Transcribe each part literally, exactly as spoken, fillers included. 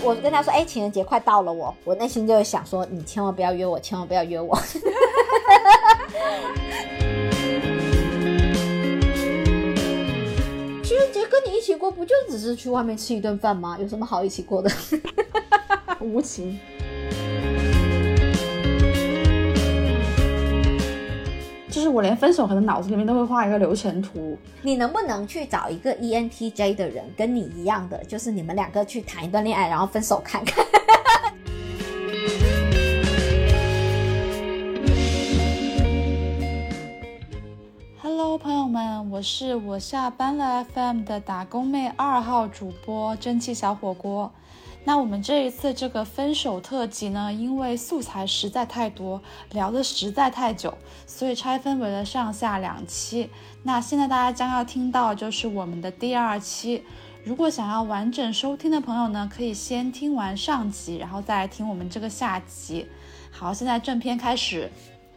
我跟他说哎、欸，情人节快到了，我我内心就会想说你千万不要约我，千万不要约我情人节跟你一起过不就只是去外面吃一顿饭吗？有什么好一起过的无情。就是我连分手可能脑子里面都会画一个流程图。 你能不能去找一个 E N T J 的人跟你一样的，就是你们两个去谈一段恋爱然后分手看看 Hello 朋友们，我是我下班了 F M 的打工妹二号主播蒸汽小火锅。那我们这一次这个分手特辑呢，因为素材实在太多，聊得实在太久，所以拆分为了上下两期。那现在大家将要听到就是我们的第二期。如果想要完整收听的朋友呢，可以先听完上集，然后再来听我们这个下集。好，现在正片开始。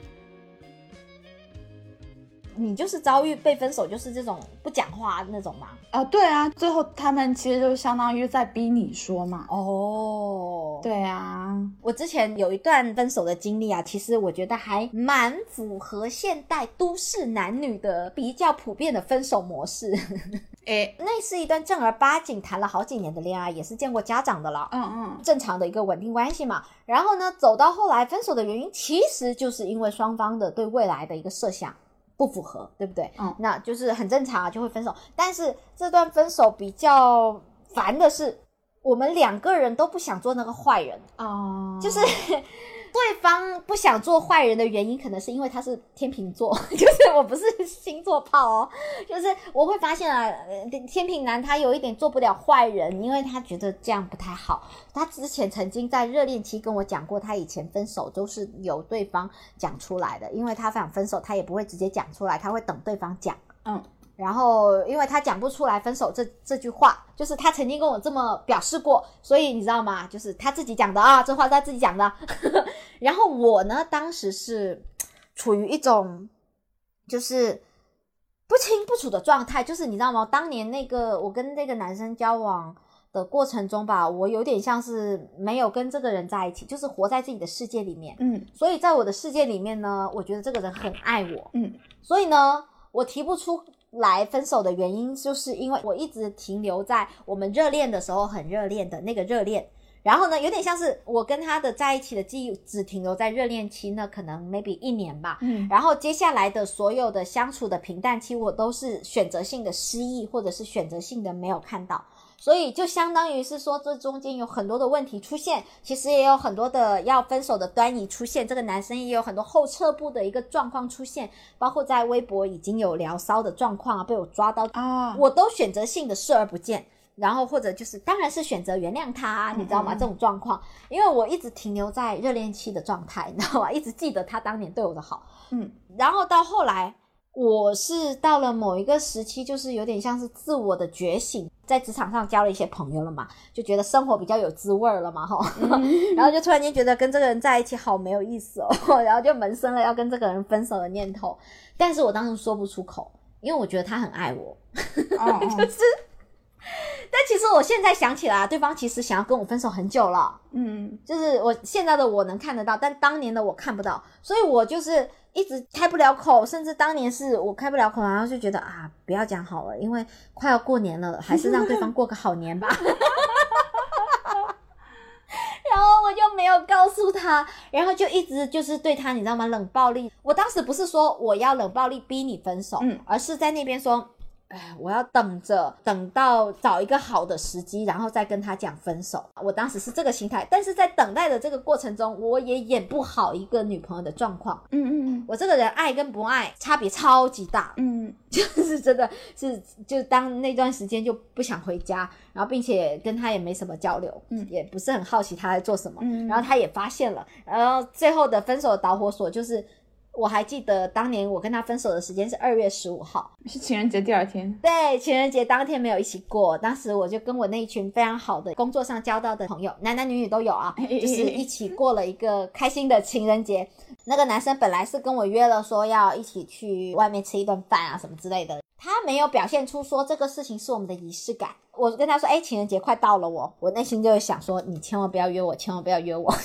你就是遭遇被分手就是这种不讲话那种吗？ 啊、呃，对啊，最后他们其实就相当于在逼你说嘛。 哦， 对啊， 我之前有一段分手的经历啊，其实我觉得还蛮符合现代都市男女的比较普遍的分手模式。诶，那是一段正儿八经谈了好几年的恋爱，也是见过家长的了。 嗯嗯， 正常的一个稳定关系嘛。然后呢，走到后来分手的原因，其实就是因为双方的对未来的一个设想不符合，对不对？ 嗯， 那就是很正常啊，就会分手。但是这段分手比较烦的是，我们两个人都不想做那个坏人哦、 uh... 就是对方不想做坏人的原因，可能是因为他是天秤座，就是我不是星座炮哦，就是我会发现啊，天秤男他有一点做不了坏人，因为他觉得这样不太好。他之前曾经在热恋期跟我讲过，他以前分手都是由对方讲出来的，因为他想分手他也不会直接讲出来，他会等对方讲。 嗯， 然后因为他讲不出来分手这这句话，就是他曾经跟我这么表示过，所以你知道吗，就是他自己讲的啊，这话是他自己讲的然后我呢当时是处于一种就是不清不楚的状态，就是你知道吗，当年那个我跟那个男生交往的过程中吧，我有点像是没有跟这个人在一起，就是活在自己的世界里面。 嗯， 所以在我的世界里面呢，我觉得这个人很爱我。 嗯， 所以呢我提不出来分手的原因，就是因为我一直停留在我们热恋的时候很热恋的那个热恋，然后呢有点像是我跟他的在一起的记忆只停留在热恋期呢，可能 maybe 一年吧。 嗯， 然后接下来的所有的相处的平淡期，我都是选择性的失忆，或者是选择性的没有看到，所以就相当于是说这中间有很多的问题出现，其实也有很多的要分手的端倪出现，这个男生也有很多后撤步的一个状况出现，包括在微博已经有聊骚的状况啊，被我抓到啊，我都选择性的视而不见，然后或者就是当然是选择原谅他啊，你知道吗？嗯嗯，这种状况，因为我一直停留在热恋期的状态，你知道吗？一直记得他当年对我的好。嗯，然后到后来我是到了某一个时期，就是有点像是自我的觉醒，在职场上交了一些朋友了嘛，就觉得生活比较有滋味了嘛嗯、然后就突然间觉得跟这个人在一起好没有意思哦，然后就萌生了要跟这个人分手的念头，但是我当时说不出口，因为我觉得他很爱我哦就是但其实我现在想起来，对方其实想要跟我分手很久了，嗯，就是我现在的我能看得到，但当年的我看不到，所以我就是一直开不了口，甚至当年是我开不了口，然后就觉得啊，不要讲好了，因为快要过年了，还是让对方过个好年吧然后我就没有告诉他，然后就一直就是对他你知道吗，冷暴力。我当时不是说我要冷暴力逼你分手，嗯，而是在那边说哎，我要等着等到找一个好的时机，然后再跟他讲分手。我当时是这个心态，但是在等待的这个过程中，我也演不好一个女朋友的状况。嗯嗯嗯，我这个人爱跟不爱差别超级大。嗯，就是真的是就当那段时间就不想回家，然后并且跟他也没什么交流，嗯，也不是很好奇他在做什么。嗯，然后他也发现了，然后最后的分手的导火索就是。我还记得当年我跟他分手的时间是二月十五号， 是情人节第二天。 对，情人节当天没有一起过，当时我就跟我那一群非常好的工作上交到的朋友，男男女女都有啊，就是一起过了一个开心的情人节。那个男生本来是跟我约了说要一起去外面吃一顿饭啊什么之类的， 他没有表现出说这个事情是我们的仪式感。我跟他说，哎，情人节快到了我，我内心就会想说，你千万不要约我，千万不要约我。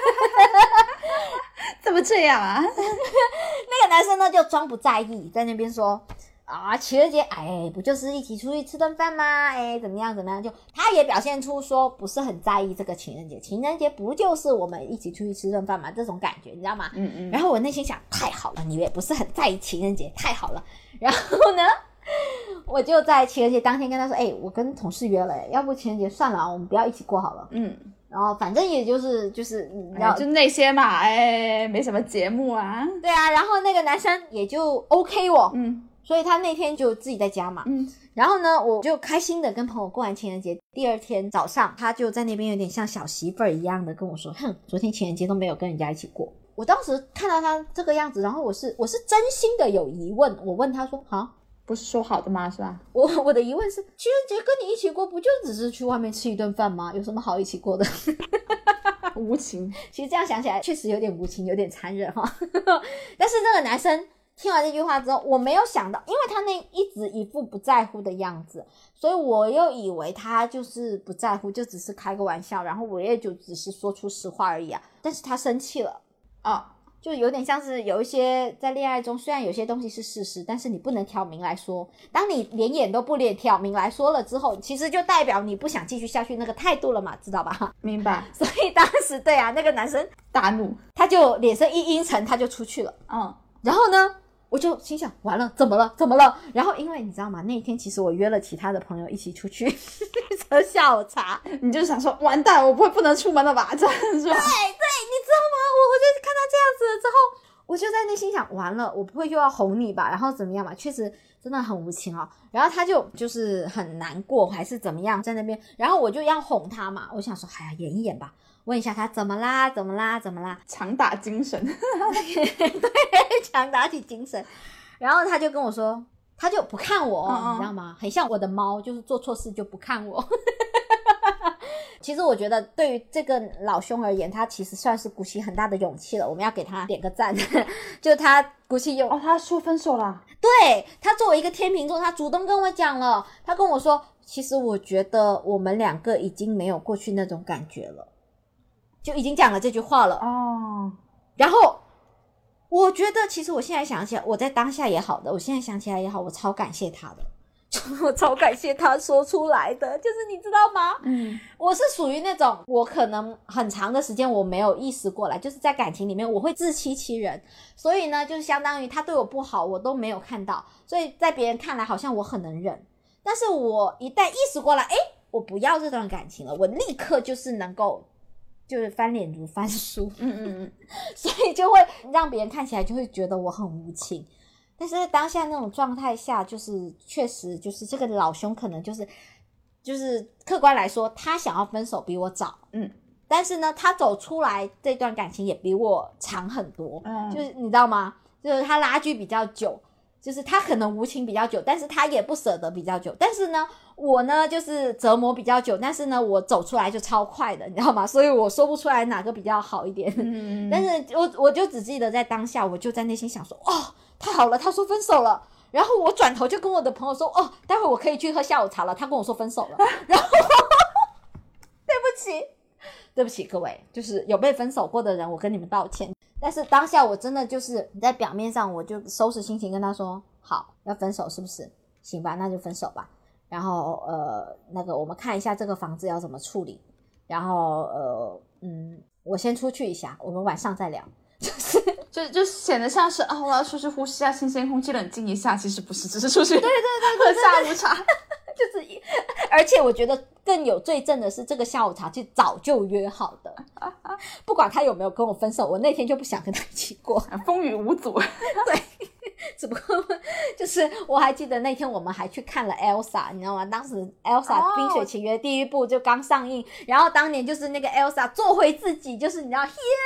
怎么这样啊？ 那个男生呢就装不在意，在那边说啊，情人节，哎，不就是一起出去吃顿饭吗？哎，怎么样怎么样？就他也表现出说不是很在意这个情人节，情人节不就是我们一起出去吃顿饭吗？这种感觉，你知道吗？ 嗯嗯。 然后我内心想，太好了，你也不是很在意情人节，太好了。然后呢，我就在情人节当天跟他说，哎，我跟同事约了，要不情人节算了，我们不要一起过好了。 嗯。 然后反正也就是就是你知道、 哎、就那些嘛，哎，没什么节目啊。 对啊，然后那个男生也就 OK 我， 嗯， 所以他那天就自己在家嘛。 嗯， 然后呢，我就开心的跟朋友过完情人节。第二天早上，他就在那边有点像小媳妇儿一样的跟我说：“哼，昨天情人节都没有跟人家一起过。”我当时看到他这个样子，然后我是我是真心的有疑问，我问他说：“啊？” 不是说好的吗？是吧？ 我我的疑问是，情人节跟你一起过，不就只是去外面吃一顿饭吗？有什么好一起过的？ 无情。 其实这样想起来，确实有点无情，有点残忍哈。但是那个男生听完这句话之后，我没有想到，因为他那一直一副不在乎的样子，所以我又以为他就是不在乎，就只是开个玩笑，然后我也就只是说出实话而已啊。但是他生气了啊。哦，就有点像是有一些在恋爱中，虽然有些东西是事实，但是你不能挑明来说。当你连演都不连挑明来说了之后，其实就代表你不想继续下去那个态度了嘛，知道吧？ 明白。 所以当时对啊，那个男生大怒， 他就脸色一阴沉，他就出去了。 嗯， 然后呢，我就心想，完了，怎么了？怎么了？然后因为你知道吗？那一天其实我约了其他的朋友一起出去喝下午茶， 你就想说，完蛋，我不会不能出门了吧？这样是吧？ 对对，你知道吗？我我就看他这样子了之后。我就在内心想，完了，我不会又要哄你吧？然后怎么样嘛？确实真的很无情哦。然后他就就是很难过，还是怎么样，在那边。然后我就要哄他嘛，我想说，哎呀，演一演吧，问一下他怎么啦，怎么啦，怎么啦？ 强打精神， 对，强打起精神。然后他就跟我说，他就不看我，嗯、你知道吗？很像我的猫，就是做错事就不看我。其实我觉得对于这个老兄而言，他其实算是鼓起很大的勇气了，我们要给他点个赞。就他鼓起勇哦，他说分手啦。 对，他作为一个天秤座，他主动跟我讲了，他跟我说，其实我觉得我们两个已经没有过去那种感觉了，就已经讲了这句话了哦。 然后我觉得其实我现在想起来，我在当下也好的，我现在想起来也好，我超感谢他的。我超感谢他说出来的，就是你知道吗？ 嗯， 我是属于那种我可能很长的时间我没有意识过来，就是在感情里面我会自欺欺人，所以呢，就是相当于他对我不好我都没有看到，所以在别人看来好像我很能忍，但是我一旦意识过来，诶，我不要这段感情了，我立刻就是能够就是翻脸如翻书， 嗯嗯嗯， 所以就会让别人看起来就会觉得我很无情。但是在当下那种状态下，就是确实就是这个老兄可能就是就是客观来说，他想要分手比我早， 嗯， 但是呢，他走出来这段感情也比我长很多， 嗯， 就是你知道吗？就是他拉锯比较久，就是他可能无情比较久，但是他也不舍得比较久，但是呢，我呢就是折磨比较久，但是呢，我走出来就超快的，你知道吗？所以我说不出来哪个比较好一点， 嗯， 但是我我就只记得在当下，我就在内心想说，哦。太好了，他说分手了，然后我转头就跟我的朋友说，哦，待会我可以去喝下午茶了，他跟我说分手了，然后对不起对不起各位，就是有被分手过的人，我跟你们道歉，但是当下我真的就是在表面上我就收拾心情跟他说，好，要分手是不是？行吧，那就分手吧，然后呃那个我们看一下这个房子要怎么处理，然后呃嗯我先出去一下，我们晚上再聊，就是就就显得像是啊、哦，我要出去呼吸一下新鲜空气，冷静一下。其实不是，只是出去对对对对喝下午茶。 就是，而且我觉得更有罪证的是，这个下午茶是早就约好的，不管他有没有跟我分手，我那天就不想跟他一起过， 风雨无阻。 对。只不过就是我还记得那天我们还去看了 Elsa， 你知道吗？当时 Elsa 冰雪奇缘第一部就刚上映，然后当年就是那个 Elsa 做回自己，就是你知道 Here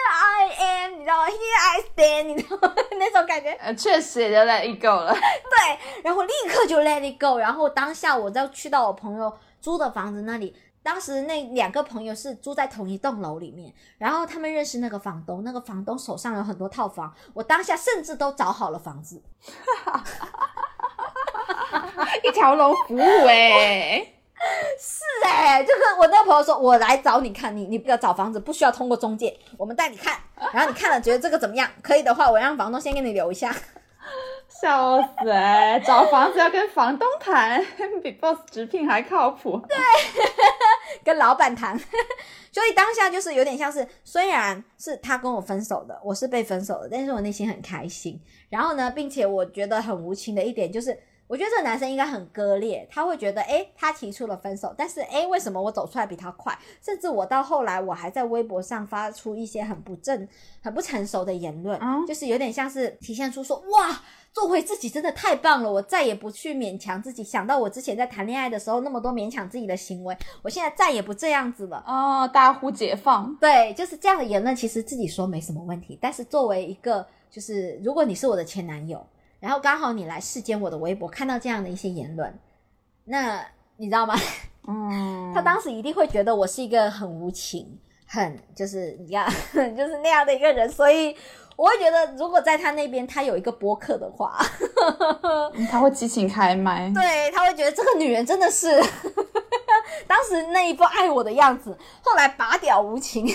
I am， 你知道吗 Here I stand， 你知道吗那种感觉， 呃，确实也就 let it go 了。 对，然后立刻就 let it go， 然后当下我再去到我朋友租的房子那里。当时那两个朋友是住在同一栋楼里面，然后他们认识那个房东，那个房东手上有很多套房，我当下甚至都找好了房子。 一条龙服务哎、欸。 是哎、欸，就跟我那个朋友说，我来找你看，你你不要找房子不需要通过中介，我们带你看，然后你看了觉得这个怎么样，可以的话我让房东先给你留一下。 笑死哎、欸！找房子要跟房东谈，比 boss 直聘还靠谱。 对，跟老板谈。所以当下就是有点像是，虽然是他跟我分手的，我是被分手的，但是我内心很开心。然后呢，并且我觉得很无情的一点就是，我觉得这个男生应该很割裂，他会觉得诶他提出了分手，但是诶为什么我走出来比他快，甚至我到后来我还在微博上发出一些很不正很不成熟的言论、嗯、就是有点像是体现出说哇做回自己真的太棒了，我再也不去勉强自己，想到我之前在谈恋爱的时候那么多勉强自己的行为，我现在再也不这样子了哦，大呼解放。 对，就是这样的言论其实自己说没什么问题，但是作为一个就是如果你是我的前男友，然后刚好你来视奸我的微博看到这样的一些言论，那你知道吗嗯，他当时一定会觉得我是一个很无情很就是你看就是那样的一个人，所以我会觉得如果在他那边他有一个播客的话他会激情开麦， 对，他会觉得这个女人真的是当时那一副爱我的样子，后来拔屌无情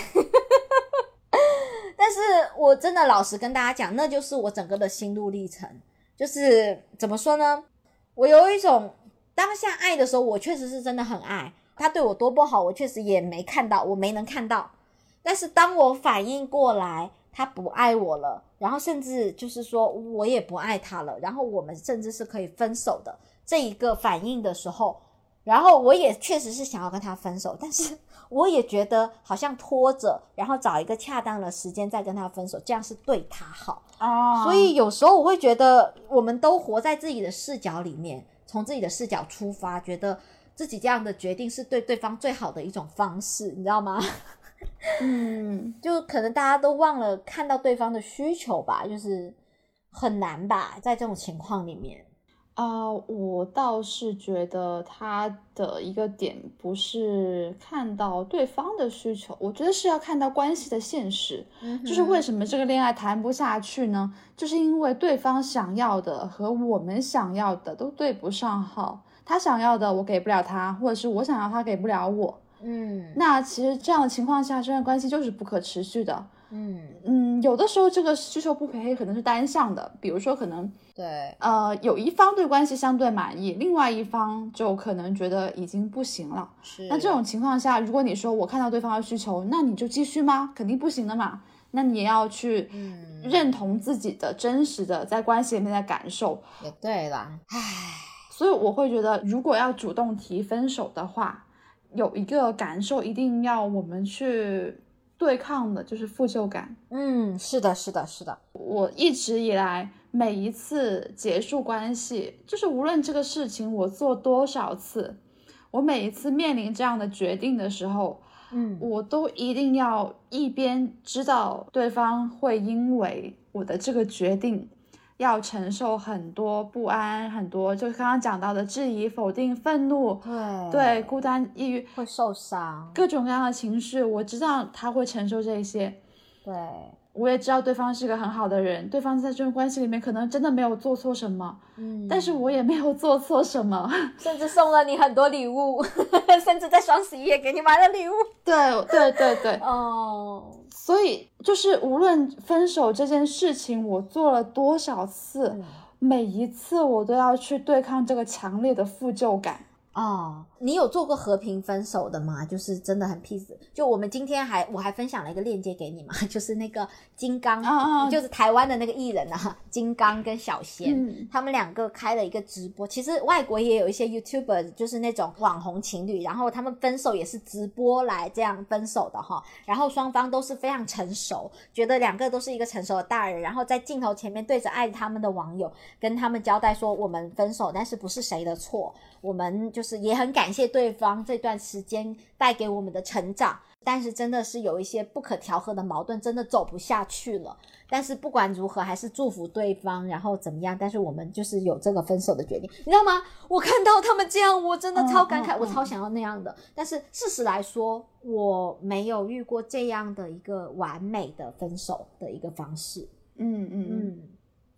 但是我真的老实跟大家讲，那就是我整个的心路历程，就是怎么说呢，我有一种当下爱的时候我确实是真的很爱他，对我多不好我确实也没看到，我没能看到，但是当我反应过来他不爱我了，然后甚至就是说我也不爱他了，然后我们甚至是可以分手的这一个反应的时候，然后我也确实是想要跟他分手，但是我也觉得好像拖着然后找一个恰当的时间再跟他分手，这样是对他好、oh. 所以有时候我会觉得我们都活在自己的视角里面，从自己的视角出发，觉得自己这样的决定是对对方最好的一种方式，你知道吗嗯，就可能大家都忘了看到对方的需求吧，就是很难吧，在这种情况里面啊、uh, 我倒是觉得他的一个点不是看到对方的需求，我觉得是要看到关系的现实、嗯、就是为什么这个恋爱谈不下去呢，就是因为对方想要的和我们想要的都对不上号，他想要的我给不了他，或者是我想要他给不了我，嗯，那其实这样的情况下这段关系就是不可持续的。嗯嗯，有的时候这个需求不匹配可能是单向的，比如说可能对呃有一方对关系相对满意，另外一方就可能觉得已经不行了，是那这种情况下如果你说我看到对方的需求，那你就继续吗？肯定不行的嘛，那你也要去认同自己的真实的在关系里面的感受、 嗯、也对啦，唉， 所以我会觉得如果要主动提分手的话，有一个感受一定要我们去对抗的，就是负疚感。 嗯，是的是的是的， 我一直以来每一次结束关系，就是无论这个事情我做多少次，我每一次面临这样的决定的时候，嗯，我都一定要一边知道对方会因为我的这个决定要承受很多不安，很多就刚刚讲到的质疑、否定、愤怒，对对，孤单、抑郁， 会受伤， 各种各样的情绪，我知道他会承受这些， 对， 我也知道对方是个很好的人，对方在这段关系里面可能真的没有做错什么，嗯，但是我也没有做错什么， 甚至送了你很多礼物甚至在双十一也给你买了礼物， 对对对对哦， 所以就是无论分手这件事情我做了多少次、嗯、每一次我都要去对抗这个强烈的负疚感。 哦，你有做过和平分手的吗？就是真的很 peace。就我们今天还我还分享了一个链接给你嘛，就是那个金刚、哦、就是台湾的那个艺人啊，金刚跟小仙、嗯、他们两个开了一个直播，其实外国也有一些 YouTuber 就是那种网红情侣，然后他们分手也是直播来这样分手的哈，然后双方都是非常成熟，觉得两个都是一个成熟的大人，然后在镜头前面对着爱他们的网友跟他们交代说我们分手但是不是谁的错，我们就就是也很感谢对方这段时间带给我们的成长，但是真的是有一些不可调和的矛盾，真的走不下去了，但是不管如何还是祝福对方，然后怎么样，但是我们就是有这个分手的决定，你知道吗？我看到他们这样我真的超感慨、嗯嗯嗯、我超想要那样的，但是事实来说我没有遇过这样的一个完美的分手的一个方式。 嗯嗯嗯，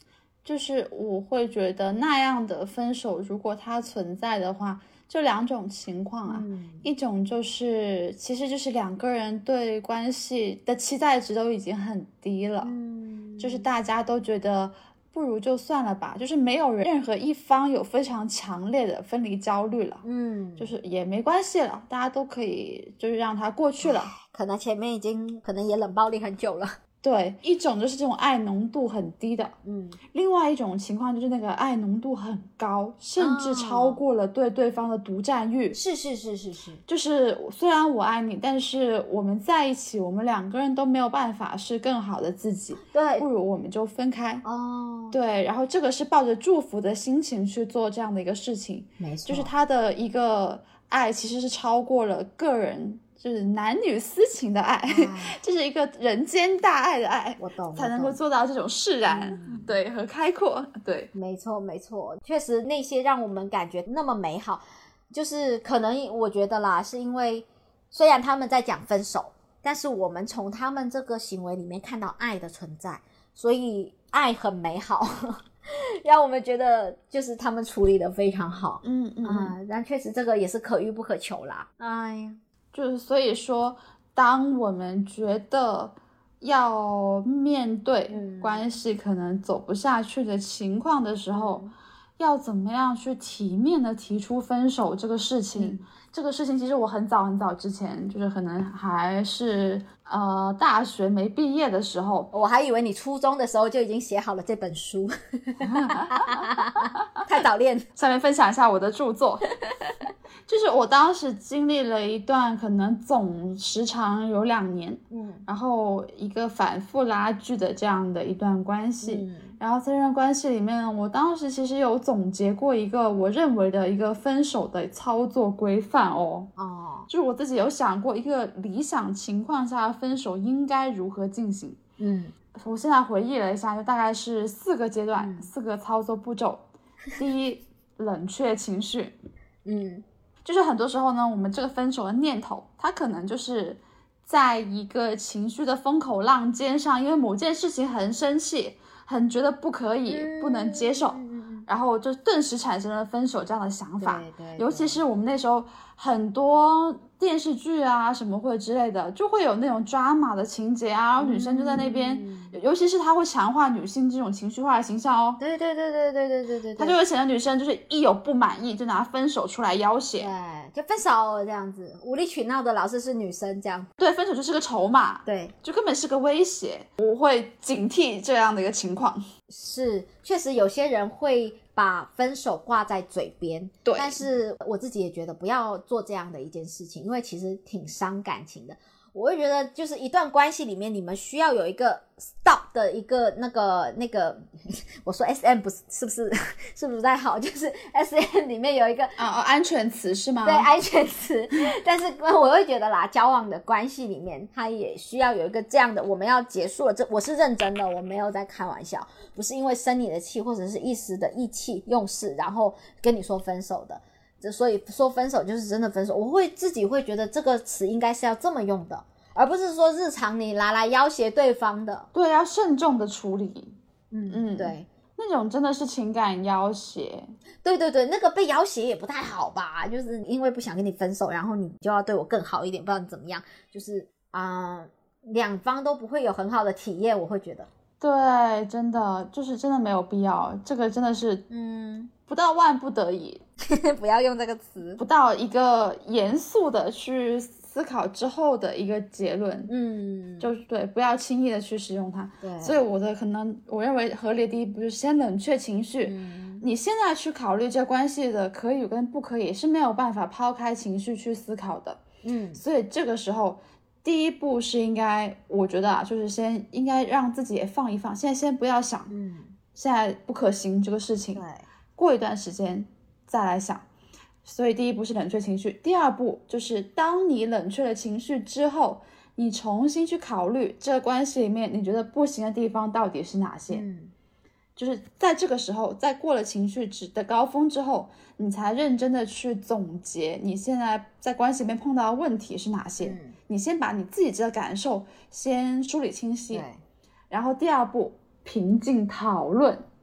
就是我会觉得那样的分手如果它存在的话，就两种情况啊、 嗯、 一种就是其实就是两个人对关系的期待值都已经很低了、 嗯、 就是大家都觉得不如就算了吧，就是没有人任何一方有非常强烈的分离焦虑了， 嗯， 就是也没关系了，大家都可以就是让它过去了， 可能前面已经可能也冷暴力很久了。 对，一种就是这种爱浓度很低的， 嗯， 另外一种情况就是那个爱浓度很高，甚至超过了对对方的独占欲、 哦、是是是是是， 就是虽然我爱你，但是我们在一起，我们两个人都没有办法是更好的自己， 对， 不如我们就分开。 哦， 对，然后这个是抱着祝福的心情去做这样的一个事情， 没错， 就是他的一个爱其实是超过了个人，就是男女私情的爱，这是一个人间大爱的爱， 我懂， 才能够做到这种释然、嗯、对，和开阔。对， 没错没错，确实那些让我们感觉那么美好，就是可能我觉得啦，是因为虽然他们在讲分手，但是我们从他们这个行为里面看到爱的存在，所以爱很美好让我们觉得就是他们处理的非常好。 嗯嗯啊，但确实这个也是可遇不可求啦。哎呀， 就是所以说当我们觉得要面对关系可能走不下去的情况的时候、嗯、要怎么样去体面的提出分手这个事情、嗯、这个事情其实我很早很早之前就是可能还是呃大学没毕业的时候， 我还以为你初中的时候就已经写好了这本书太早恋。 下面分享一下我的著作就是我当时经历了一段可能总时长有两年，嗯，然后一个反复拉锯的这样的一段关系、嗯、然后在这段关系里面，我当时其实有总结过一个我认为的一个分手的操作规范哦，哦，就是我自己有想过一个理想情况下分手应该如何进行，嗯，我现在回忆了一下，就大概是四个阶段、嗯、四个操作步骤。第一，冷却情绪，嗯，就是很多时候呢，我们这个分手的念头，它可能就是在一个情绪的风口浪尖上，因为某件事情很生气，很觉得不可以、嗯、不能接受、嗯、然后就顿时产生了分手这样的想法。对对对，尤其是我们那时候很多电视剧啊什么会之类的，就会有那种抓马的情节啊，然后女生就在那边、嗯、尤其是他会强化女性这种情绪化的形象哦。 对对对对对对对对， 他就会显得女生就是一有不满意就拿分手出来要挟， 对，就分手这样子，无理取闹的老是是女生这样， 对，分手就是个筹码， 对， 就根本是个威胁。我会警惕这样的一个情况。 是，确实有些人会把分手挂在嘴边， 对， 但是我自己也觉得不要做这样的一件事情，因为其实挺伤感情的。我会觉得就是一段关系里面，你们需要有一个 stop 的一个那个那个我说 S M 不是是不是是不是不太好，就是 S M 里面有一个啊、哦、安全词是吗？ 对，安全词。但是我会觉得啦，交往的关系里面它也需要有一个这样的，我们要结束了，这我是认真的，我没有在开玩笑，不是因为生你的气或者是一时的意气用事然后跟你说分手的。所以说分手就是真的分手，我会自己会觉得这个词应该是要这么用的，而不是说日常你拿来要挟对方的。 对，要慎重的处理。 嗯嗯，对， 那种真的是情感要挟。 对对对，那个被要挟也不太好吧，就是因为不想跟你分手，然后你就要对我更好一点，不知道你怎么样，就是啊、呃，两方都不会有很好的体验，我会觉得。 对，真的就是真的没有必要，这个真的是嗯，不到万不得已不要用这个词， 不到一个严肃的去思考之后的一个结论，嗯，就是对，不要轻易的去使用它。对，所以我的可能我认为合理的第一步就是先冷却情绪、嗯、你现在去考虑这关系的可以跟不可以是没有办法抛开情绪去思考的，嗯，所以这个时候第一步是应该，我觉得啊，就是先应该让自己也放一放，现在先不要想，嗯，现在不可行这个事情，对，过一段时间再来想。所以第一步是冷却情绪，第二步就是当你冷却了情绪之后，你重新去考虑这个关系里面你觉得不行的地方到底是哪些，嗯，就是在这个时候，在过了情绪值的高峰之后，你才认真的去总结你现在在关系里面碰到的问题是哪些，嗯，你先把你自己的感受先梳理清晰，对，然后第二步平静讨论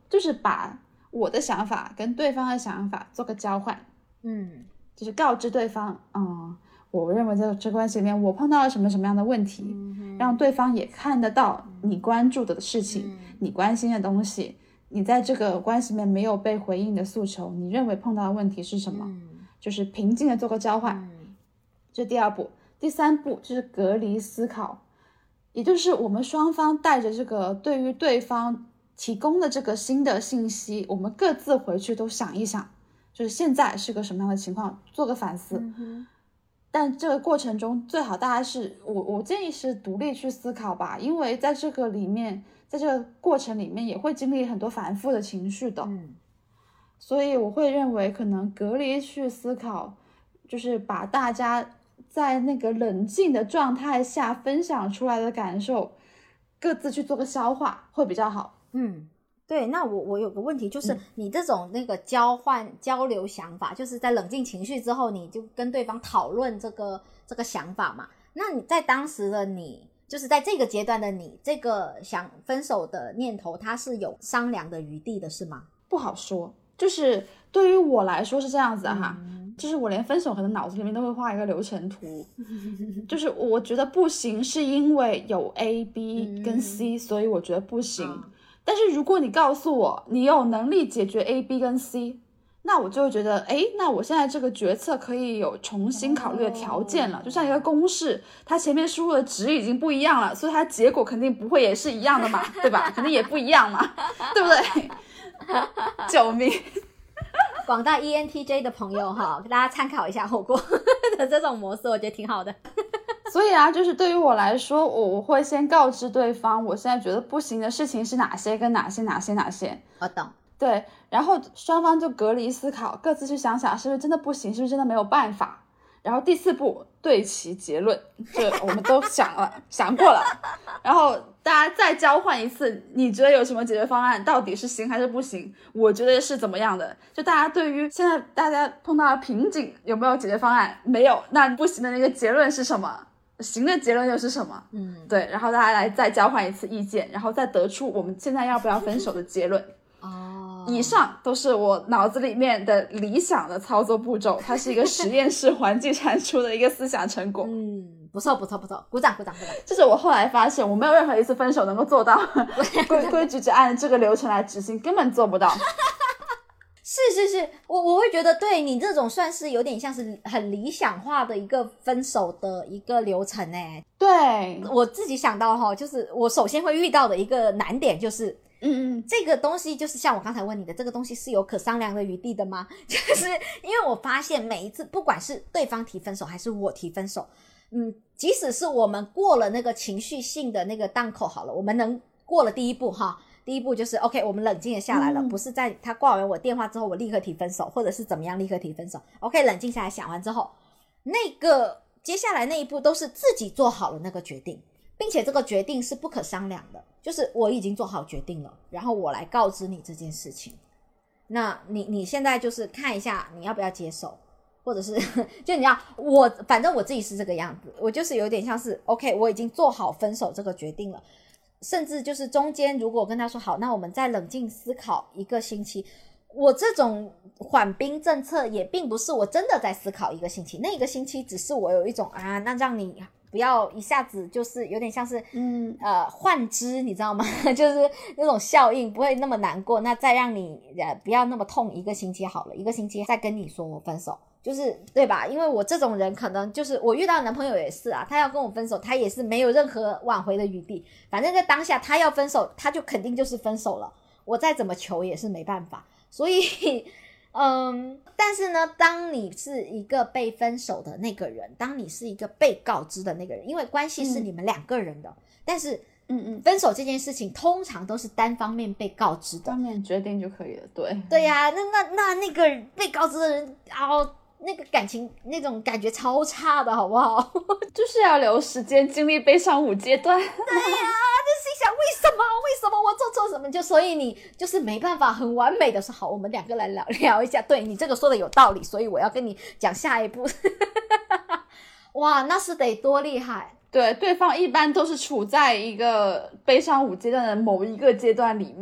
就是把我的想法跟对方的想法做个交换， 嗯， 就是告知对方，嗯，我认为在这关系里面我碰到了什么什么样的问题， 嗯， 让对方也看得到你关注的事情， 嗯， 你关心的东西，你在这个关系里面没有被回应的诉求，你认为碰到的问题是什么， 嗯， 就是平静的做个交换， 嗯， 这第二步。第三步就是隔离思考，也就是我们双方带着这个对于对方提供的这个新的信息，我们各自回去都想一想，就是现在是个什么样的情况，做个反思。 嗯， 但这个过程中最好大家是我我建议是独立去思考吧，因为在这个里面，在这个过程里面也会经历很多反复的情绪的， 嗯， 所以我会认为可能隔离去思考，就是把大家在那个冷静的状态下分享出来的感受各自去做个消化会比较好。 嗯，对，那我我有个问题，就是嗯你这种那个交换交流想法，就是在冷静情绪之后，你就跟对方讨论这个这个想法嘛？那你在当时的你，就是在这个阶段的你，这个想分手的念头，它是有商量的余地的，是吗？ 不好说，就是对于我来说是这样子的哈， 嗯， 就是我连分手可能脑子里面都会画一个流程图，就是我觉得不行是因为有 A B 跟 C，、嗯、所以我觉得不行、嗯、但是如果你告诉我你有能力解决 A B 跟 C， 那我就会觉得诶，那我现在这个决策可以有重新考虑的条件了、哦、就像一个公式，它前面输入的值已经不一样了，所以它结果肯定不会也是一样的嘛，对吧？肯定也不一样嘛，对不对？救命！ 广大 E N T J 的朋友哈，大家参考一下火锅的这种模式，我觉得挺好的。 所以啊，就是对于我来说，我我会先告知对方，我现在觉得不行的事情是哪些，跟哪些哪些哪些。 我懂。 对，然后双方就隔离思考，各自去想想是不是真的不行，是不是真的没有办法。然后第四步对其结论，这我们都想了想过了，然后大家再交换一次，你觉得有什么解决方案，到底是行还是不行，我觉得是怎么样的，就大家对于现在大家碰到的瓶颈有没有解决方案，没有，那不行的那个结论是什么，行的结论又是什么，嗯，对，然后大家来再交换一次意见，然后再得出我们现在要不要分手的结论。哦，以上都是我脑子里面的理想的操作步骤，它是一个实验室环境产出的一个思想成果。 嗯，不错不错不错，鼓掌鼓掌鼓掌。 这是我后来发现，我没有任何一次分手能够做到规规矩矩按这个流程来执行，根本做不到。 是是是，我我会觉得对你这种算是有点像是很理想化的一个分手的一个流程诶。 对， 我自己想到哈，就是我首先会遇到的一个难点就是。 嗯嗯， 这个东西就是像我刚才问你的，这个东西是有可商量的余地的吗？就是因为我发现每一次，不管是对方提分手还是我提分手，嗯，即使是我们过了那个情绪性的那个档口好了，我们能过了第一步哈，第一步就是 OK， 我们冷静了下来了，嗯、不是在他挂完我电话之后，我立刻提分手，或者是怎么样立刻提分手。OK， 冷静下来想完之后，那个接下来那一步都是自己做好了那个决定。并且这个决定是不可商量的，就是我已经做好决定了，然后我来告知你这件事情。那你你现在就是看一下你要不要接受，或者是就你要我反正我自己是这个样子，我就是有点像是 OK， 我已经做好分手这个决定了，甚至就是中间如果我跟他说好，那我们再冷静思考一个星期。我这种缓兵政策也并不是我真的在思考一个星期，那一个星期只是我有一种啊，那让你不要一下子就是有点像是嗯呃换肢，你知道吗？就是那种效应不会那么难过，那再让你呃不要那么痛一个星期好了，一个星期再跟你说我分手，就是对吧？因为我这种人可能就是我遇到的男朋友也是啊，他要跟我分手，他也是没有任何挽回的余地，反正在当下他要分手，他就肯定就是分手了，我再怎么求也是没办法。所以嗯，但是呢，当你是一个被分手的那个人，当你是一个被告知的那个人，因为关系是你们两个人的、嗯、但是嗯嗯，分手这件事情通常都是单方面被告知的， 单面决定就可以了。对对呀、啊，那那那那个被告知的人哦，那个感情那种感觉超差的好不好？ 就是要留时间经历悲伤五阶段。 对呀、啊，就心想为什么为什么我做错什么，就所以你就是没办法很完美的说好，我们两个来聊聊一下，对你这个说的有道理，所以我要跟你讲下一步。哇，那是得多厉害。 对，对方一般都是处在一个悲伤五阶段的某一个阶段里面，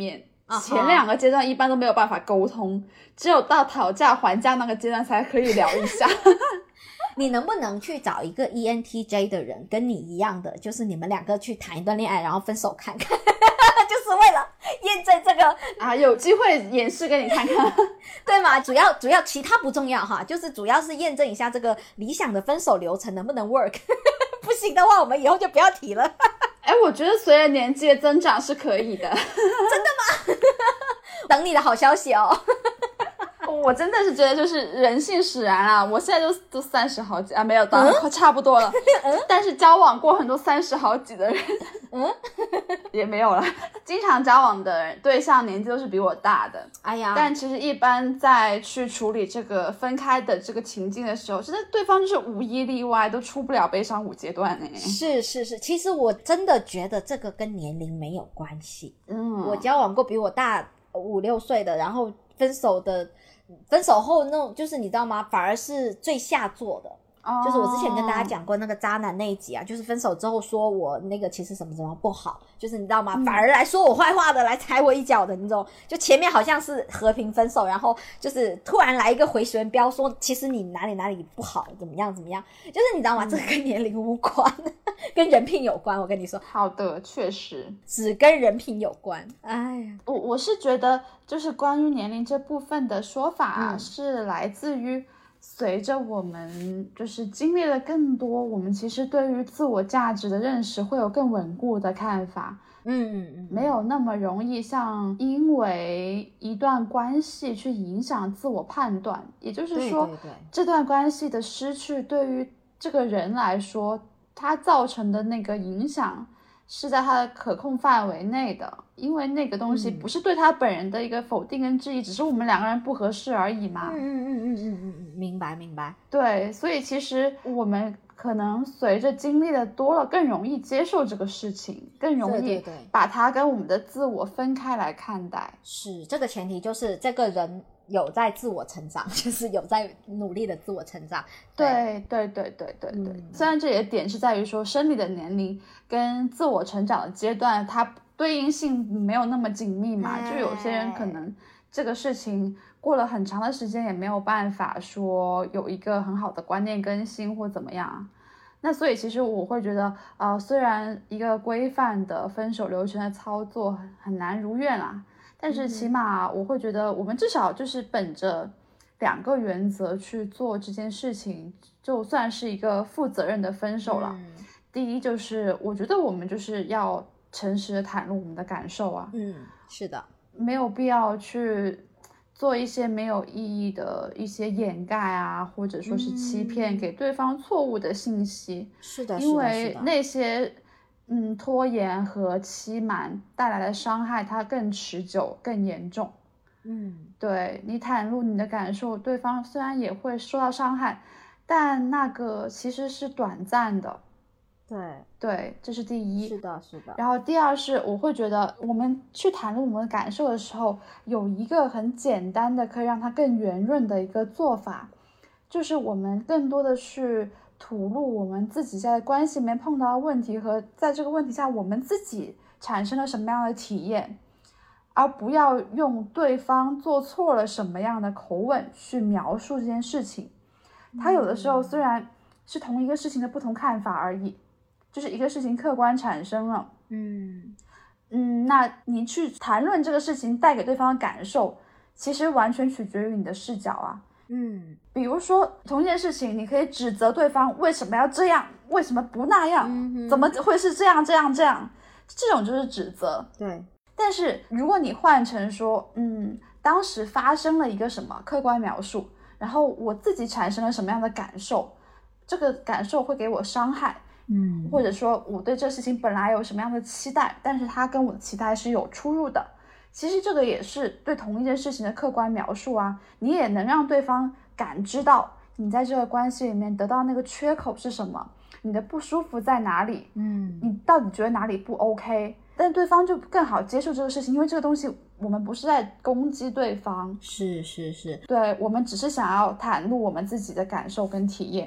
前两个阶段一般都没有办法沟通，只有到讨价还价那个阶段才可以聊一下。 你能不能去找一个 E N T J 的人跟你一样的，就是你们两个去谈一段恋爱然后分手看看，就是为了验证这个啊，有机会演示给你看看。 对吗？主要主要其他不重要哈，就是主要是验证一下这个理想的分手流程能不能 work。 不行的话我们以后就不要提了。 哎，我觉得随着年纪的增长是可以的。真的吗？等你的好消息哦。 我真的是觉得就是人性使然啊，我现在就都三十好几啊，没有，当然快差不多了。嗯、但是交往过很多三十好几的人，嗯，也没有了。经常交往的对象年纪都是比我大的， 哎呀， 但其实一般在去处理这个分开的这个情境的时候，其实对方就是无一例外都出不了悲伤五阶段呢。 是是是，其实我真的觉得这个跟年龄没有关系。 嗯， 我交往过比我大五六岁的，然后分手的。分手后那种就是你知道吗，反而是最下作的、oh. 就是我之前跟大家讲过那个渣男那一集啊，就是分手之后说我那个其实什么什么不好，就是你知道吗、嗯、反而来说我坏话的，来踩我一脚的那种，就前面好像是和平分手，然后就是突然来一个回旋镖说其实你哪里哪里不好，怎么样怎么样，就是你知道吗、嗯、这个跟年龄无关，跟人品有关，我跟你说。 好的，确实只跟人品有关。哎呀， 我我是觉得就是关于年龄这部分的说法啊、嗯、是来自于随着我们就是经历了更多，我们其实对于自我价值的认识会有更稳固的看法。 嗯嗯嗯， 没有那么容易像因为一段关系去影响自我判断，也就是说， 对对对， 这段关系的失去对于这个人来说，它造成的那个影响是在他的可控范围内的，因为那个东西不是对他本人的一个否定跟质疑、嗯、只是我们两个人不合适而已嘛。 嗯嗯嗯嗯嗯嗯嗯，明白明白。 对，所以其实我们可能随着经历的多了，更容易接受这个事情，更容易把它跟我们的自我分开来看待。 是，这个前提就是这个人有在自我成长，就是有在努力的自我成长。 对对对对对对、嗯、虽然这里的点是在于说生理的年龄跟自我成长的阶段它对应性没有那么紧密嘛，就有些人可能这个事情过了很长的时间也没有办法说有一个很好的观念更新或怎么样。那所以其实我会觉得呃，虽然一个规范的分手流程的操作很很难如愿啦，但是起码我会觉得我们至少就是本着两个原则去做这件事情，就算是一个负责任的分手了、嗯、第一就是我觉得我们就是要诚实的袒露我们的感受啊。 嗯，是的， 没有必要去做一些没有意义的一些掩盖啊，或者说是欺骗、嗯、给对方错误的信息。 是的， 因为那些嗯拖延和欺瞒带来的伤害它更持久更严重。 嗯， 对，你袒露你的感受，对方虽然也会受到伤害，但那个其实是短暂的。 对对，这是第一。 是的是的。 然后第二是我会觉得我们去袒露我们的感受的时候，有一个很简单的可以让它更圆润的一个做法，就是我们更多的是吐露我们自己在关系里面碰到的问题和在这个问题下我们自己产生了什么样的体验，而不要用对方做错了什么样的口吻去描述这件事情。他有的时候虽然是同一个事情的不同看法而已，就是一个事情客观产生了， 嗯嗯，那你去谈论这个事情带给对方的感受，其实完全取决于你的视角啊。 嗯， 比如说同一件事情，你可以指责对方为什么要这样，为什么不那样、嗯、怎么会是这样这样这样，这种就是指责。 对， 但是如果你换成说嗯，当时发生了一个什么客观描述，然后我自己产生了什么样的感受，这个感受会给我伤害， 嗯， 或者说我对这事情本来有什么样的期待，但是它跟我的期待是有出入的，其实这个也是对同一件事情的客观描述啊，你也能让对方感知到你在这个关系里面得到那个缺口是什么，你的不舒服在哪里， 嗯， 你到底觉得哪里不 OK， 但对方就更好接受这个事情，因为这个东西我们不是在攻击对方， 是是是， 对，我们只是想要袒露我们自己的感受跟体验。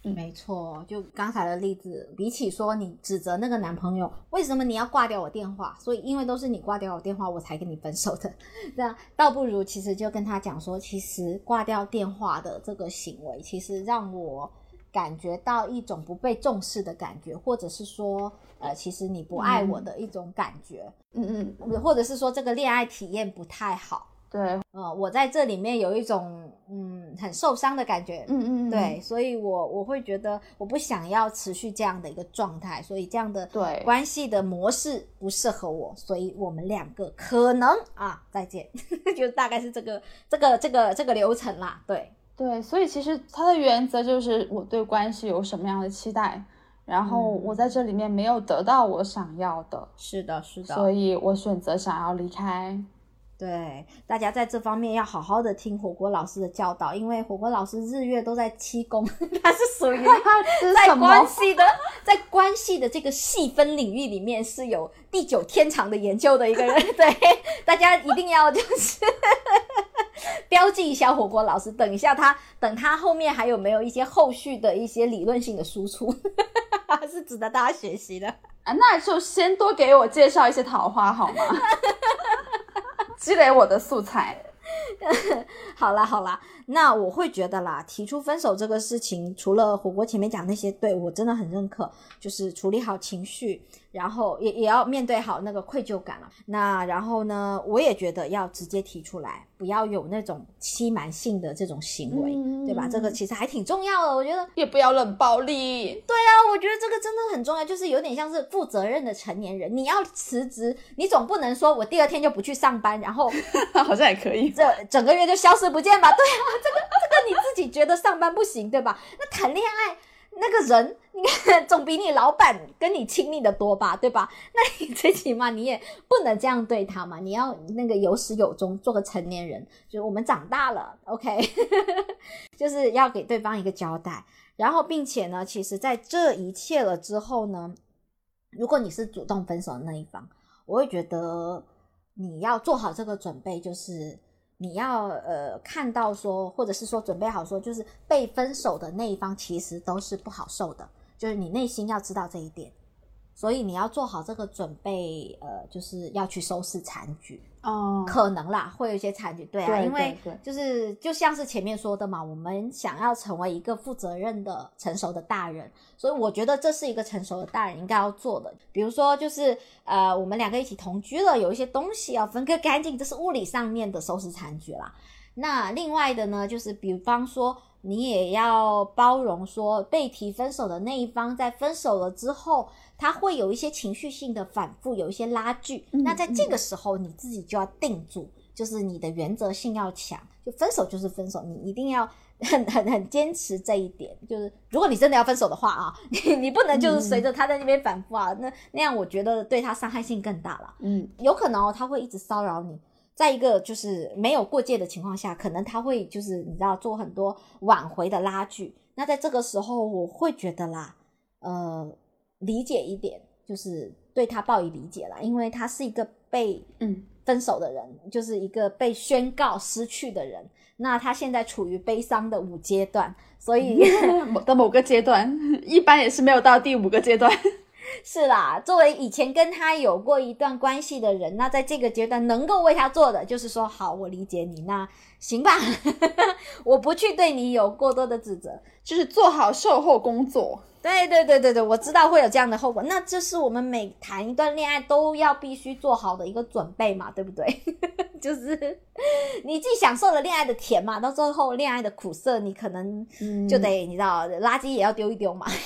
没错，就刚才的例子，比起说你指责那个男朋友为什么你要挂掉我电话，所以因为都是你挂掉我电话我才跟你分手的，那倒不如其实就跟他讲说，其实挂掉电话的这个行为其实让我感觉到一种不被重视的感觉，或者是说呃，其实你不爱我的一种感觉， 嗯嗯， 或者是说这个恋爱体验不太好， 对， 呃，我在这里面有一种嗯很受伤的感觉， 嗯嗯， 对，所以我我会觉得我不想要持续这样的一个状态，所以这样的对关系的模式不适合我，所以我们两个可能啊再见，就大概是这个这个这个这个流程啦，对对，所以其实它的原则就是我对关系有什么样的期待，然后我在这里面没有得到我想要的， 是的是的， 所以我选择想要离开。 对，大家在这方面要好好的听火锅老师的教导，因为火锅老师日月都在七宫，他是属于在关系的在关系的这个细分领域里面是有第九天长的研究的一个人，对，大家一定要就是标记一下火锅老师，等一下他等他后面还有没有一些后续的一些理论性的输出是值得大家学习的啊，那就先多给我介绍一些桃花好吗？积累我的素材。 好啦好啦，那我会觉得啦，提出分手这个事情，除了火锅前面讲那些，对，我真的很认可，就是处理好情绪，然后也也要面对好那个愧疚感了。那然后呢，我也觉得要直接提出来，不要有那种欺瞒性的这种行为， 嗯， 对吧？这个其实还挺重要的，我觉得。 也不要冷暴力。 对啊，我觉得这个真的很重要，就是有点像是负责任的成年人。你要辞职，你总不能说我第二天就不去上班，然后好像也可以， 这整个月就消失不见吧？对啊，这个这个你自己觉得上班不行，对吧？那谈恋爱那个人，你看总比你老板跟你亲密的多吧，对吧？那你最起码你也不能这样对他嘛，你要那个有始有终，做个成年人，就是我们长大了 OK 就是要给对方一个交代。然后并且呢，其实在这一切了之后呢，如果你是主动分手的那一方，我会觉得你要做好这个准备，就是你要呃看到说，或者是说准备好说，就是被分手的那一方其实都是不好受的，就是你内心要知道这一点，所以你要做好这个准备，呃，就是要去收拾残局。 哦， 可能啦，会有一些残局，对啊， 对因为对对就是就像是前面说的嘛，我们想要成为一个负责任的成熟的大人，所以我觉得这是一个成熟的大人应该要做的。比如说就是呃，我们两个一起同居了，有一些东西要分割干净，这是物理上面的收拾残局啦。那另外的呢，就是比方说你也要包容说被提分手的那一方在分手了之后，他会有一些情绪性的反复，有一些拉锯、嗯、那在这个时候你自己就要定住，就是你的原则性要强，就分手就是分手，你一定要很很很坚持这一点，就是如果你真的要分手的话啊，你你不能就是随着他在那边反复啊，那那样我觉得对他伤害性更大了。 嗯， 有可能哦，他会一直骚扰你，在一个就是没有过界的情况下，可能他会就是你知道做很多挽回的拉锯，那在这个时候我会觉得啦，呃理解一点，就是对他抱以理解啦，因为他是一个被分手的人、嗯、就是一个被宣告失去的人，那他现在处于悲伤的五阶段，所以的某个阶段，一般也是没有到第五个阶段。 是啦，作为以前跟他有过一段关系的人，那在这个阶段能够为他做的就是说，好，我理解你，那行吧我不去对你有过多的指责， 就是做好售后工作。 对对对对对，我知道会有这样的后果，那这是我们每谈一段恋爱都要必须做好的一个准备嘛，对不对就是你既享受了恋爱的甜嘛，到最后恋爱的苦涩你可能就得、嗯、你知道垃圾也要丢一丢嘛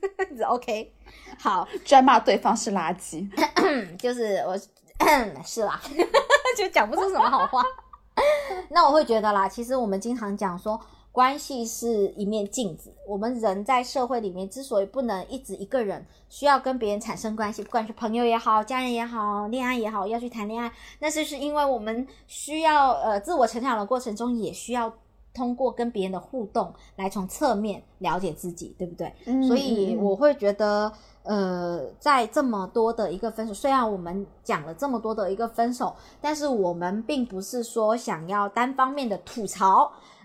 OK 好， 专骂对方是垃圾就是我是啦就讲不出什么好话那我会觉得啦，其实我们经常讲说关系是一面镜子，我们人在社会里面之所以不能一直一个人，需要跟别人产生关系，不管是朋友也好，家人也好，恋爱也好，要去谈恋爱，那就是因为我们需要呃自我成长的过程中也需要通过跟别人的互动来从侧面了解自己，对不对？嗯、所以我会觉得呃在这么多的一个分手，虽然我们讲了这么多的一个分手，但是我们并不是说想要单方面的吐槽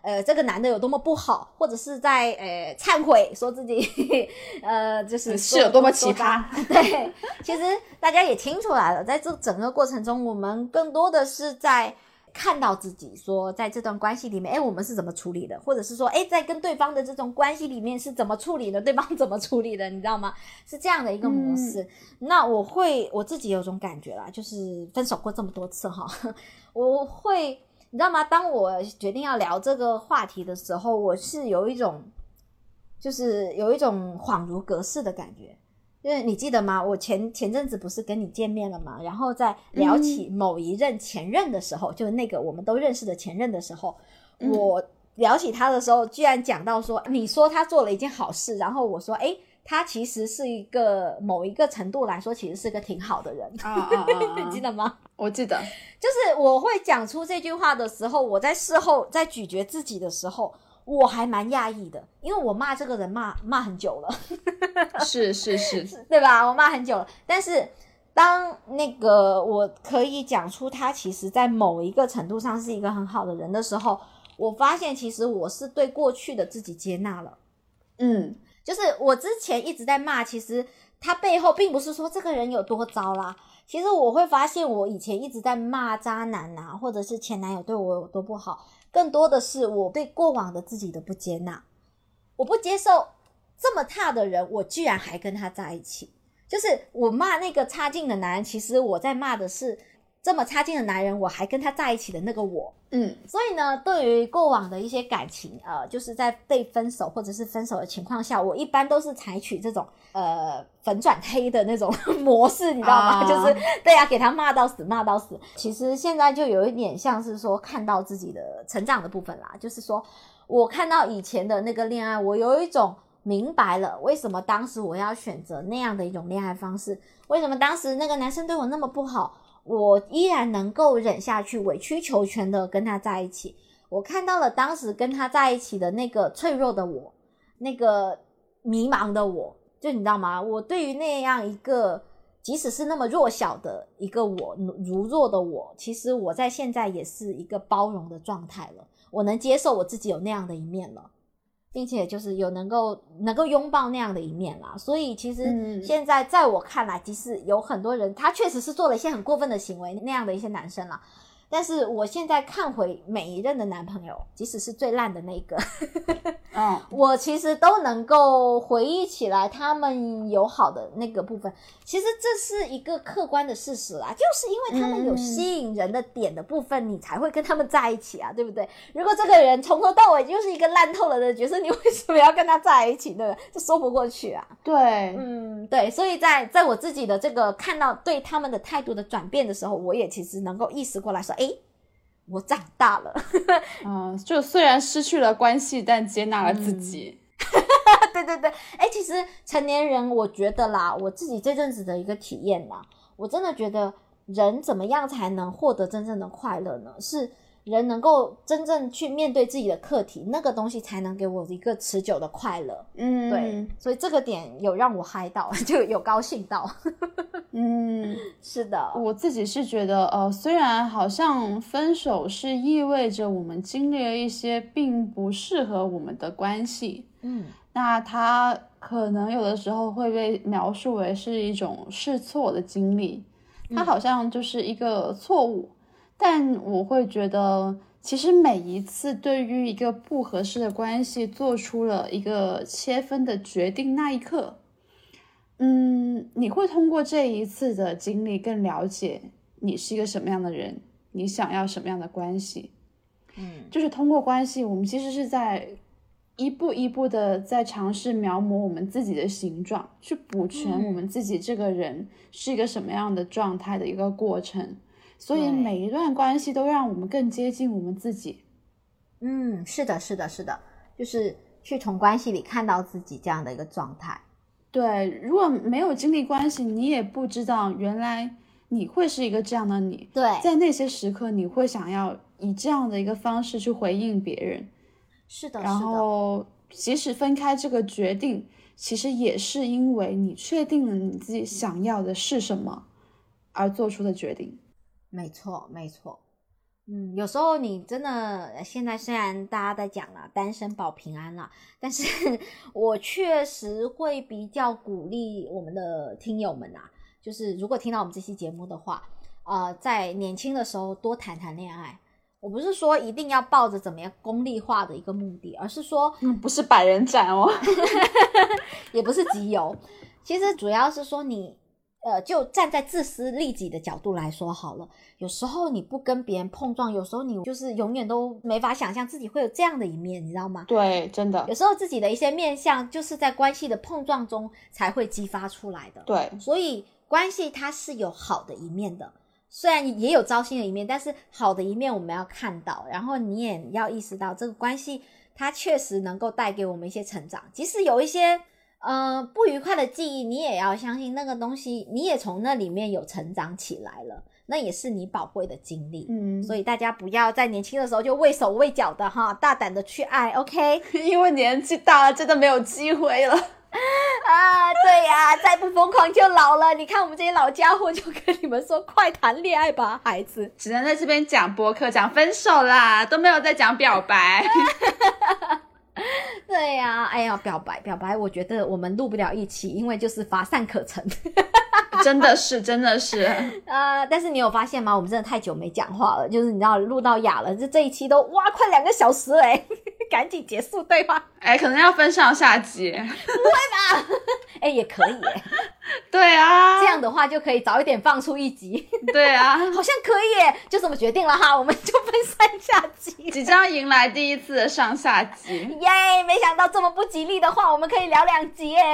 呃这个男的有多么不好，或者是在呃忏悔说自己呃就是是有多么奇葩。 对，其实大家也听出来了，在这整个过程中我们更多的是在看到自己说在这段关系里面诶我们是怎么处理的，或者是说诶在跟对方的这种关系里面是怎么处理的，对方怎么处理的，你知道吗？是这样的一个模式、嗯、那我会我自己有种感觉啦，就是分手过这么多次哈，我会你知道吗，当我决定要聊这个话题的时候，我是有一种就是有一种恍如隔世的感觉。因为你记得吗，我前前阵子不是跟你见面了吗，然后在聊起某一任前任的时候、嗯、就是那个我们都认识的前任的时候、嗯、我聊起他的时候居然讲到说你说他做了一件好事，然后我说诶他其实是一个某一个程度来说其实是个挺好的人啊啊啊你记得吗？ 我记得， 就是我会讲出这句话的时候，我在事后在咀嚼自己的时候我还蛮讶异的，因为我骂这个人骂骂很久了是是是对吧，我骂很久了，但是当那个我可以讲出他其实在某一个程度上是一个很好的人的时候，我发现其实我是对过去的自己接纳了。嗯，就是我之前一直在骂，其实他背后并不是说这个人有多糟啦，其实我会发现我以前一直在骂渣男啊，或者是前男友对我有多不好，更多的是我对过往的自己的不接纳，我不接受这么差的人我居然还跟他在一起。就是我骂那个差劲的男人，其实我在骂的是这么差劲的男人我还跟他在一起的那个我。嗯，所以呢对于过往的一些感情呃，就是在被分手或者是分手的情况下，我一般都是采取这种呃粉转黑的那种模式，你知道吗、啊、就是对啊，给他骂到死骂到死。其实现在就有一点像是说看到自己的成长的部分啦，就是说我看到以前的那个恋爱，我有一种明白了为什么当时我要选择那样的一种恋爱方式，为什么当时那个男生对我那么不好，我依然能够忍下去，委曲求全的跟他在一起。我看到了当时跟他在一起的那个脆弱的我，那个迷茫的我，就你知道吗，我对于那样一个即使是那么弱小的一个我，如弱的我，其实我在现在也是一个包容的状态了，我能接受我自己有那样的一面了，并且就是有能够能够拥抱那样的一面啦。所以其实现在在我看来，即使有很多人他确实是做了一些很过分的行为，那样的一些男生啦，但是我现在看回每一任的男朋友，即使是最烂的那个嗯，我其实都能够回忆起来他们有好的那个部分。其实这是一个客观的事实啦，就是因为他们有吸引人的点的部分、嗯、你才会跟他们在一起啊，对不对？如果这个人从头到尾就是一个烂透了的角色，你为什么要跟他在一起呢？这说不过去啊。对，嗯，对，所以在在我自己的这个看到对他们的态度的转变的时候，我也其实能够意识过来说，诶我长大了嗯，就虽然失去了关系，但接纳了自己、 嗯、对对对，诶其实成年人我觉得啦，我自己这阵子的一个体验啦，我真的觉得人怎么样才能获得真正的快乐呢？是人能够真正去面对自己的课题，那个东西才能给我一个持久的快乐。嗯，对，所以这个点有让我嗨到，就有高兴到嗯， 是的， 我自己是觉得呃，虽然好像分手是意味着我们经历了一些并不适合我们的关系，嗯，那它可能有的时候会被描述为是一种试错的经历，它好像就是一个错误、嗯、但我会觉得其实每一次对于一个不合适的关系做出了一个切分的决定，那一刻嗯，你会通过这一次的经历更了解你是一个什么样的人，你想要什么样的关系。嗯，就是通过关系我们其实是在一步一步的在尝试描摹我们自己的形状，去补全我们自己这个人是一个什么样的状态的一个过程，所以每一段关系都让我们更接近我们自己。 嗯，是的是的是的，就是去从关系里看到自己这样的一个状态。 对，如果没有经历关系，你也不知道原来你会是一个这样的你。 对， 在那些时刻你会想要以这样的一个方式去回应别人。 是的， 然后即使分开这个决定，其实也是因为你确定了你自己想要的是什么而做出的决定。 没错没错， 嗯，有时候你真的现在虽然大家在讲啦单身保平安啦，但是我确实会比较鼓励我们的听友们啊，就是如果听到我们这期节目的话，呃，在年轻的时候多谈谈恋爱。我不是说一定要抱着怎么样功利化的一个目的，而是说嗯，不是百人斩哦也不是集邮，其实主要是说你呃，就站在自私利己的角度来说好了，有时候你不跟别人碰撞，有时候你就是永远都没法想象自己会有这样的一面，你知道吗？ 对，真的有时候自己的一些面向就是在关系的碰撞中才会激发出来的。 对， 所以关系它是有好的一面的，虽然也有糟心的一面，但是好的一面我们要看到，然后你也要意识到这个关系它确实能够带给我们一些成长，即使有一些呃不愉快的记忆，你也要相信那个东西你也从那里面有成长起来了，那也是你宝贵的经历。 嗯， 所以大家不要在年轻的时候就畏手畏脚的哈，大胆的去爱 OK 因为年纪大了真的没有机会了啊，对呀、啊，再不疯狂就老了。你看我们这些老家伙就跟你们说快谈恋爱吧孩子， 只能在这边讲播客讲分手啦，都没有在讲表白对呀、啊，哎呀，表白表白我觉得我们录不了一期，因为就是乏善可陈真的是真的是啊、呃！但是你有发现吗？我们真的太久没讲话了，就是你知道录到哑了，这这一期都哇快两个小时了耶赶紧结束对话。 哎，可能要分上下集。 不会吧？哎，也可以耶。 对啊， 这样的话就可以早一点放出一集。 对啊， 好像可以耶，就这么决定了哈，我们就分上下集。 即将迎来第一次的上下集。 耶！没想到这么不吉利的话，我们可以聊两集耶。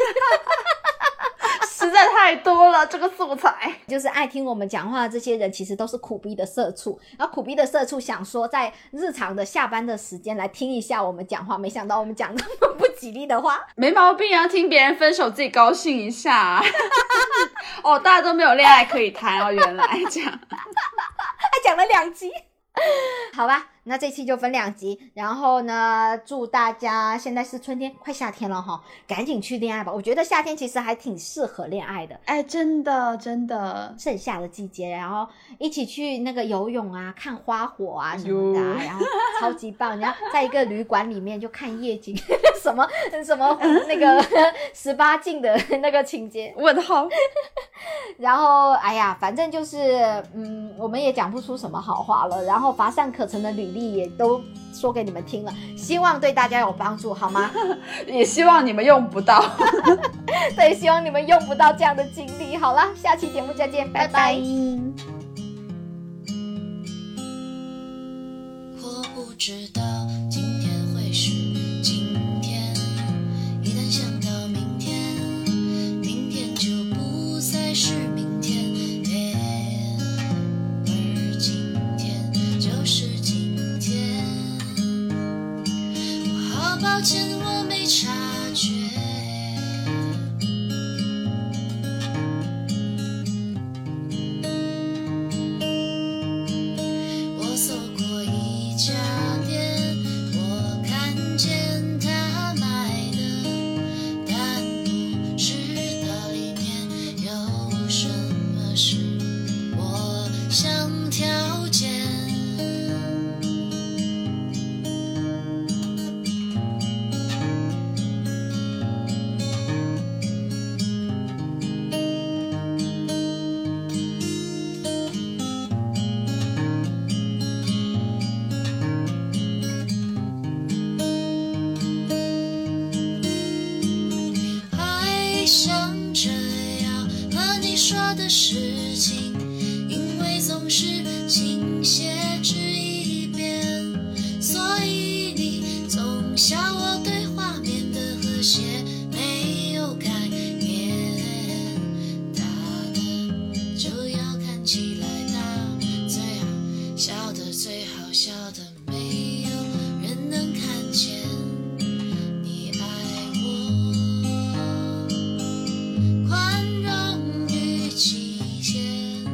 实在太多了，这个素材就是爱听我们讲话的这些人其实都是苦逼的社畜，然后苦逼的社畜想说在日常的下班的时间来听一下我们讲话，没想到我们讲那么不吉利的话。 没毛病啊，听别人分手自己高兴一下啊哦，大家都没有恋爱可以谈哦，原来这样还讲了两集好吧，那这期就分两集，然后呢祝大家现在是春天快夏天了齁，赶紧去恋爱吧。我觉得夏天其实还挺适合恋爱的， 哎，真的真的盛夏的季节，然后一起去那个游泳啊，看花火啊什么的、啊、然后超级棒，然后在一个旅馆里面就看夜景什么什么那个十八禁的那个情节问号然后哎呀反正就是嗯，我们也讲不出什么好话了，然后乏善可陈的履历也都说给你们听了，希望对大家有帮助好吗也希望你们用不到对，希望你们用不到这样的经历。好啦，下期节目再见，拜拜， 拜拜。 我不知道今天会是今天，一旦想到明天，明天就不再是明天，而今天就是今天。我好抱歉我没察觉，我走过一家店，我看见他卖的，但不知道里面有什么是我想条件。还想着要和你说的事情，因为总是倾斜只一边，所以你总笑我对画面的和谐没有概念。大的就要看起来大，最好笑的最好笑的没有人能看见。你爱我宽容与极限，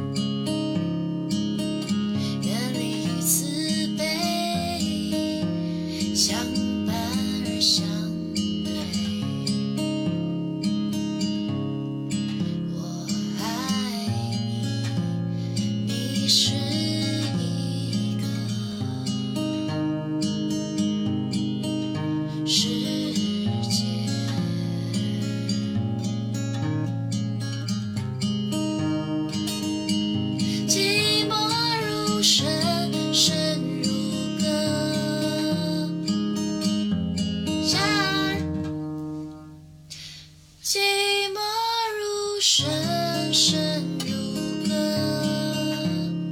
深深如歌。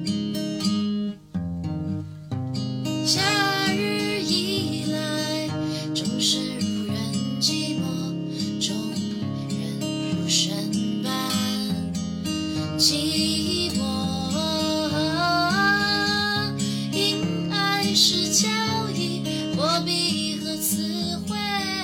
夏日以来，终是如人寂寞，终人如深般寂寞。因爱是交易，货币和词汇，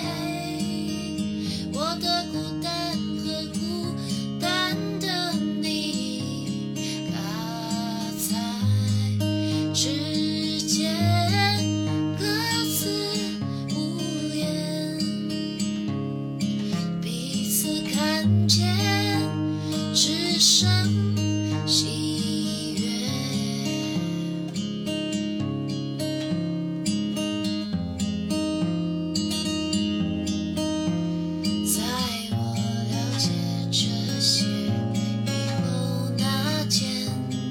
我的孤单和孤单的你，卡在指尖，各自无言，彼此看见，只剩喜悦。在我了解这些以后那天，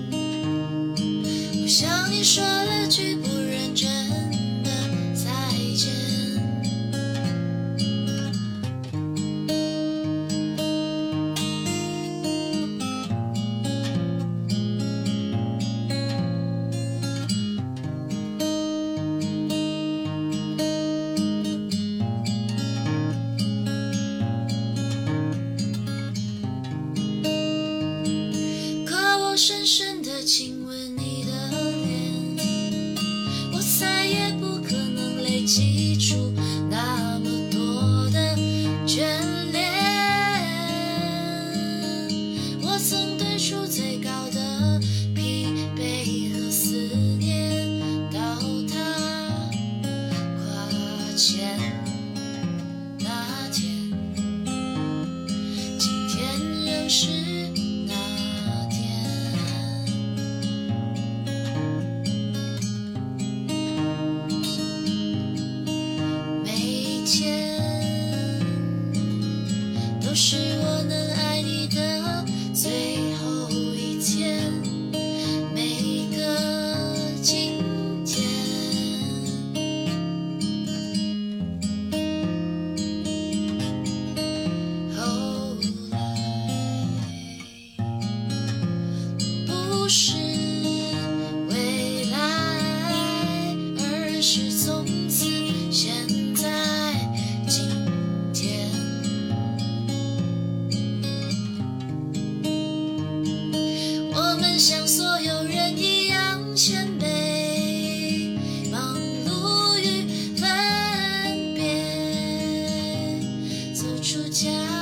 我向你说了句不认真的再见。可我深深地亲吻你的脸，我再也不可能累积出那么多的眷恋。我曾对出最高的疲惫和思念，到他跨前那天，今天仍是那天。每一天都是我能爱你的最后一天，每个今天。后来不是未来，而是从此现在今天。我们像所有人一样谦卑，忙碌与分别，走出家